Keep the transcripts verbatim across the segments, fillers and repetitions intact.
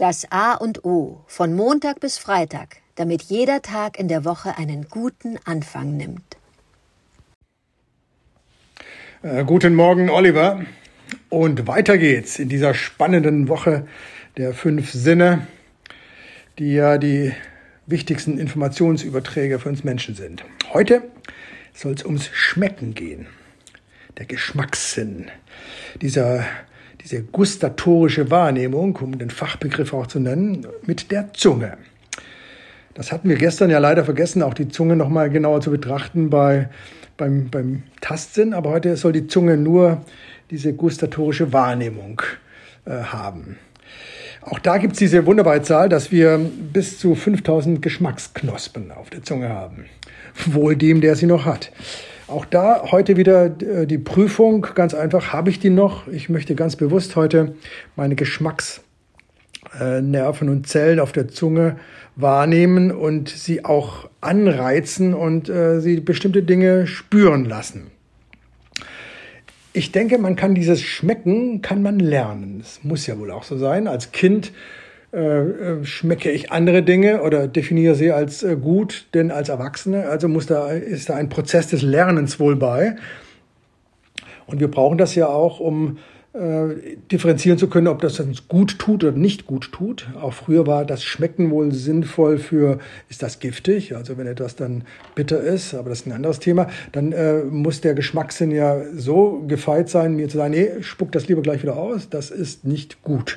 Das A und O von Montag bis Freitag, damit jeder Tag in der Woche einen guten Anfang nimmt. Äh, guten Morgen, Oliver. Und weiter geht's in dieser spannenden Woche der fünf Sinne, die ja die wichtigsten Informationsüberträger für uns Menschen sind. Heute soll es ums Schmecken gehen. Der Geschmackssinn. Dieser, diese gustatorische Wahrnehmung, um den Fachbegriff auch zu nennen, mit der Zunge. Das hatten wir gestern ja leider vergessen, auch die Zunge nochmal genauer zu betrachten bei, beim, beim Tastsinn. Aber heute soll die Zunge nur diese gustatorische Wahrnehmung äh, haben. Auch da gibt es diese wunderbare Zahl, dass wir bis zu fünftausend Geschmacksknospen auf der Zunge haben. Wohl dem, der sie noch hat. Auch da heute wieder die Prüfung, ganz einfach, habe ich die noch? Ich möchte ganz bewusst heute meine Geschmacksnerven und Zellen auf der Zunge wahrnehmen und sie auch anreizen und äh, sie bestimmte Dinge spüren lassen. Ich denke, man kann dieses Schmecken, kann man lernen. Das muss ja wohl auch so sein. Als Kind äh, schmecke ich andere Dinge oder definiere sie als äh, gut, denn als Erwachsene. Also muss da, ist da ein Prozess des Lernens wohl bei. Und wir brauchen das ja auch, um äh, differenzieren zu können, ob das uns gut tut oder nicht gut tut. Auch früher war das Schmecken wohl sinnvoll für, ist das giftig? Also wenn etwas dann bitter ist, aber das ist ein anderes Thema, dann äh, muss der Geschmackssinn ja so gefeit sein, mir zu sagen, nee, spuck das lieber gleich wieder aus, das ist nicht gut.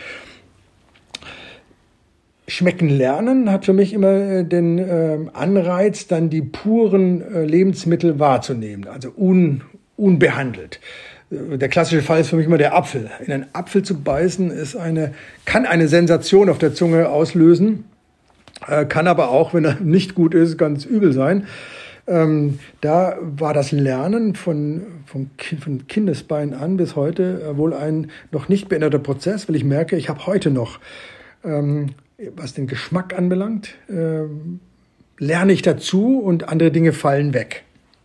Schmecken lernen hat für mich immer den äh, Anreiz, dann die puren äh, Lebensmittel wahrzunehmen, also un, unbehandelt. Der klassische Fall ist für mich immer der Apfel. In einen Apfel zu beißen ist eine, kann eine Sensation auf der Zunge auslösen, äh, kann aber auch, wenn er nicht gut ist, ganz übel sein. Ähm, da war das Lernen von, von, kind, von Kindesbein an bis heute äh, wohl ein noch nicht beendeter Prozess, weil ich merke, ich habe heute noch, ähm, was den Geschmack anbelangt, äh, lerne ich dazu und andere Dinge fallen weg.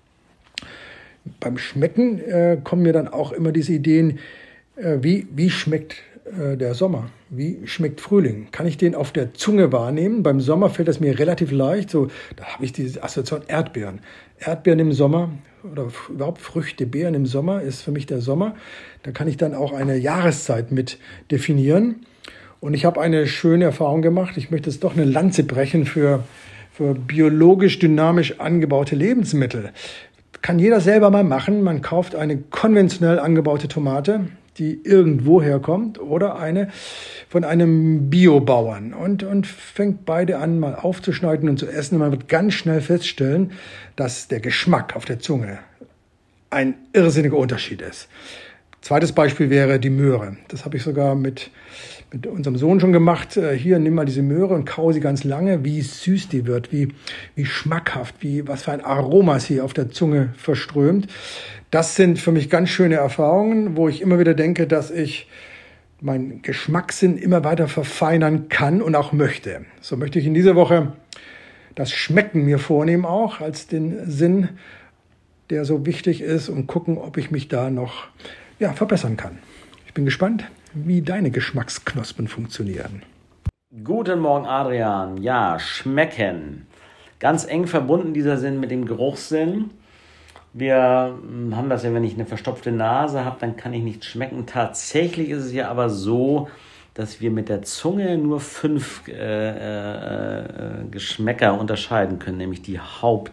Beim Schmecken äh, kommen mir dann auch immer diese Ideen, äh, wie, wie schmeckt äh, der Sommer? Wie schmeckt Frühling? Kann ich den auf der Zunge wahrnehmen? Beim Sommer fällt das mir relativ leicht. So, da habe ich diese Assoziation Erdbeeren. Erdbeeren im Sommer oder f- überhaupt Früchte, Beeren im Sommer ist für mich der Sommer. Da kann ich dann auch eine Jahreszeit mit definieren. Und ich habe eine schöne Erfahrung gemacht. Ich möchte jetzt doch eine Lanze brechen für, für biologisch dynamisch angebaute Lebensmittel. Kann jeder selber mal machen. Man kauft eine konventionell angebaute Tomate, die irgendwo herkommt, oder eine von einem Biobauern und, und fängt beide an, mal aufzuschneiden und zu essen. Und man wird ganz schnell feststellen, dass der Geschmack auf der Zunge ein irrsinniger Unterschied ist. Zweites Beispiel wäre die Möhre. Das habe ich sogar mit, mit unserem Sohn schon gemacht. Hier, nimm mal diese Möhre und kau sie ganz lange, wie süß die wird, wie, wie schmackhaft, wie, was für ein Aroma sie auf der Zunge verströmt. Das sind für mich ganz schöne Erfahrungen, wo ich immer wieder denke, dass ich meinen Geschmackssinn immer weiter verfeinern kann und auch möchte. So möchte ich in dieser Woche das Schmecken mir vornehmen auch als den Sinn, der so wichtig ist, und gucken, ob ich mich da noch ja, verbessern kann. Ich bin gespannt, wie deine Geschmacksknospen funktionieren. Guten Morgen, Adrian. Ja, schmecken. Ganz eng verbunden dieser Sinn mit dem Geruchssinn. Wir haben das ja, wenn ich eine verstopfte Nase habe, dann kann ich nicht schmecken. Tatsächlich ist es ja aber so, dass wir mit der Zunge nur fünf äh, äh, Geschmäcker unterscheiden können, nämlich die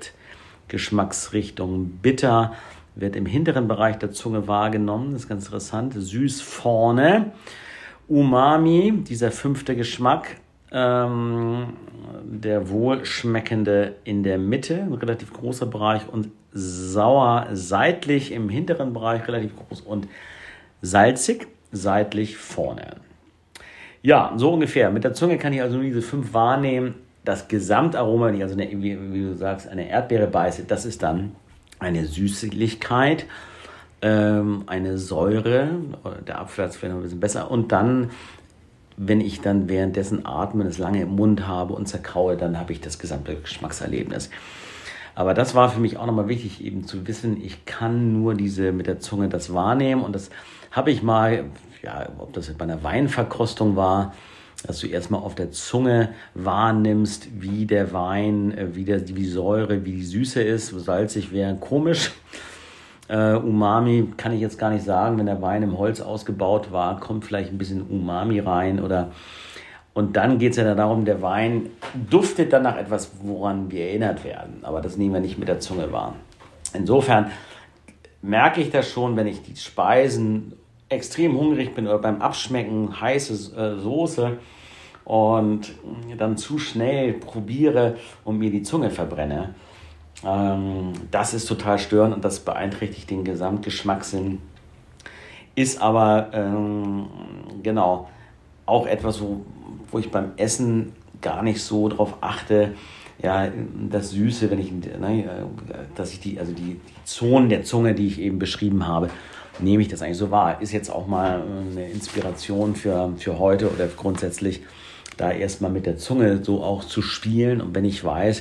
Hauptgeschmacksrichtung. Bitter wird im hinteren Bereich der Zunge wahrgenommen, das ist ganz interessant. Süß vorne. Umami, dieser fünfte Geschmack, ähm, der wohlschmeckende in der Mitte, ein relativ großer Bereich, und sauer seitlich im hinteren Bereich, relativ groß, und salzig seitlich vorne. Ja, so ungefähr. Mit der Zunge kann ich also nur diese fünf wahrnehmen. Das Gesamtaroma, wenn ich also eine, wie, wie du sagst, eine Erdbeere beiße, das ist dann eine Süßlichkeit, ähm, eine Säure, der Apfel hat es vielleicht noch ein bisschen besser, und dann, wenn ich dann währenddessen atme, das lange im Mund habe und zerkaue, dann habe ich das gesamte Geschmackserlebnis. Aber das war für mich auch nochmal wichtig, eben zu wissen, ich kann nur diese mit der Zunge das wahrnehmen, und das habe ich mal, ja, ob das bei einer Weinverkostung war, dass du erstmal auf der Zunge wahrnimmst, wie der Wein, wie, der, wie die Säure, wie die Süße ist. Salzig wäre komisch. Uh, Umami kann ich jetzt gar nicht sagen. Wenn der Wein im Holz ausgebaut war, kommt vielleicht ein bisschen Umami rein. Oder und dann geht es ja darum, der Wein duftet dann nach etwas, woran wir erinnert werden. Aber das nehmen wir nicht mit der Zunge wahr. Insofern merke ich das schon, wenn ich die Speisen extrem hungrig bin oder beim Abschmecken heiße äh, Soße und dann zu schnell probiere und mir die Zunge verbrenne. Ähm, das ist total störend und das beeinträchtigt den Gesamtgeschmackssinn. Ist aber ähm, genau auch etwas, wo, wo ich beim Essen gar nicht so drauf achte. Ja, das Süße, wenn ich, ne, dass ich die, also die, die Zonen der Zunge, die ich eben beschrieben habe, nehme ich das eigentlich so wahr. Ist jetzt auch mal eine Inspiration für, für heute oder grundsätzlich, da erstmal mit der Zunge so auch zu spielen. Und wenn ich weiß,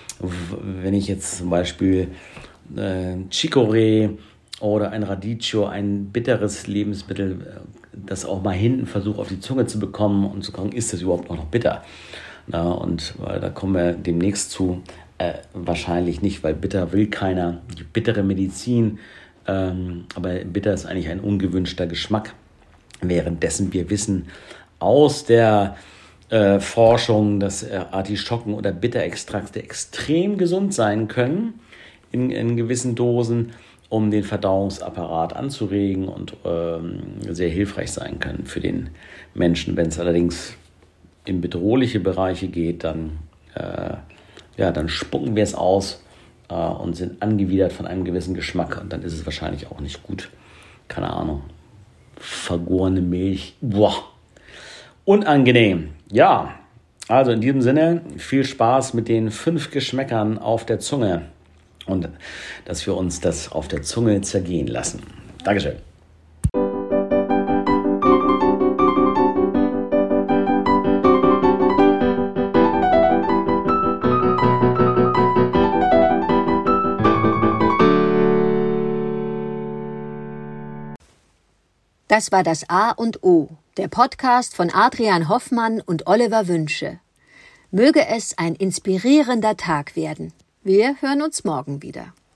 wenn ich jetzt zum Beispiel äh, Chicorée oder ein Radicchio, ein bitteres Lebensmittel, das auch mal hinten versuche auf die Zunge zu bekommen und zu gucken, ist das überhaupt noch bitter? Na, und weil da kommen wir demnächst zu, äh, wahrscheinlich nicht, weil bitter will keiner. Die bittere Medizin, ähm, aber bitter ist eigentlich ein ungewünschter Geschmack. Währenddessen wir wissen aus der äh, Forschung, dass äh, Artischocken oder Bitterextrakte extrem gesund sein können in, in gewissen Dosen, um den Verdauungsapparat anzuregen und ähm, sehr hilfreich sein können für den Menschen. Wenn es allerdings in bedrohliche Bereiche geht, dann, äh, ja, dann spucken wir es aus äh, und sind angewidert von einem gewissen Geschmack und dann ist es wahrscheinlich auch nicht gut. Keine Ahnung. Vergorene Milch. Boah. Unangenehm. Ja, also in diesem Sinne viel Spaß mit den fünf Geschmäckern auf der Zunge und dass wir uns das auf der Zunge zergehen lassen. Dankeschön. Das war das A und O, der Podcast von Adrian Hoffmann und Oliver Wünsche. Möge es ein inspirierender Tag werden. Wir hören uns morgen wieder.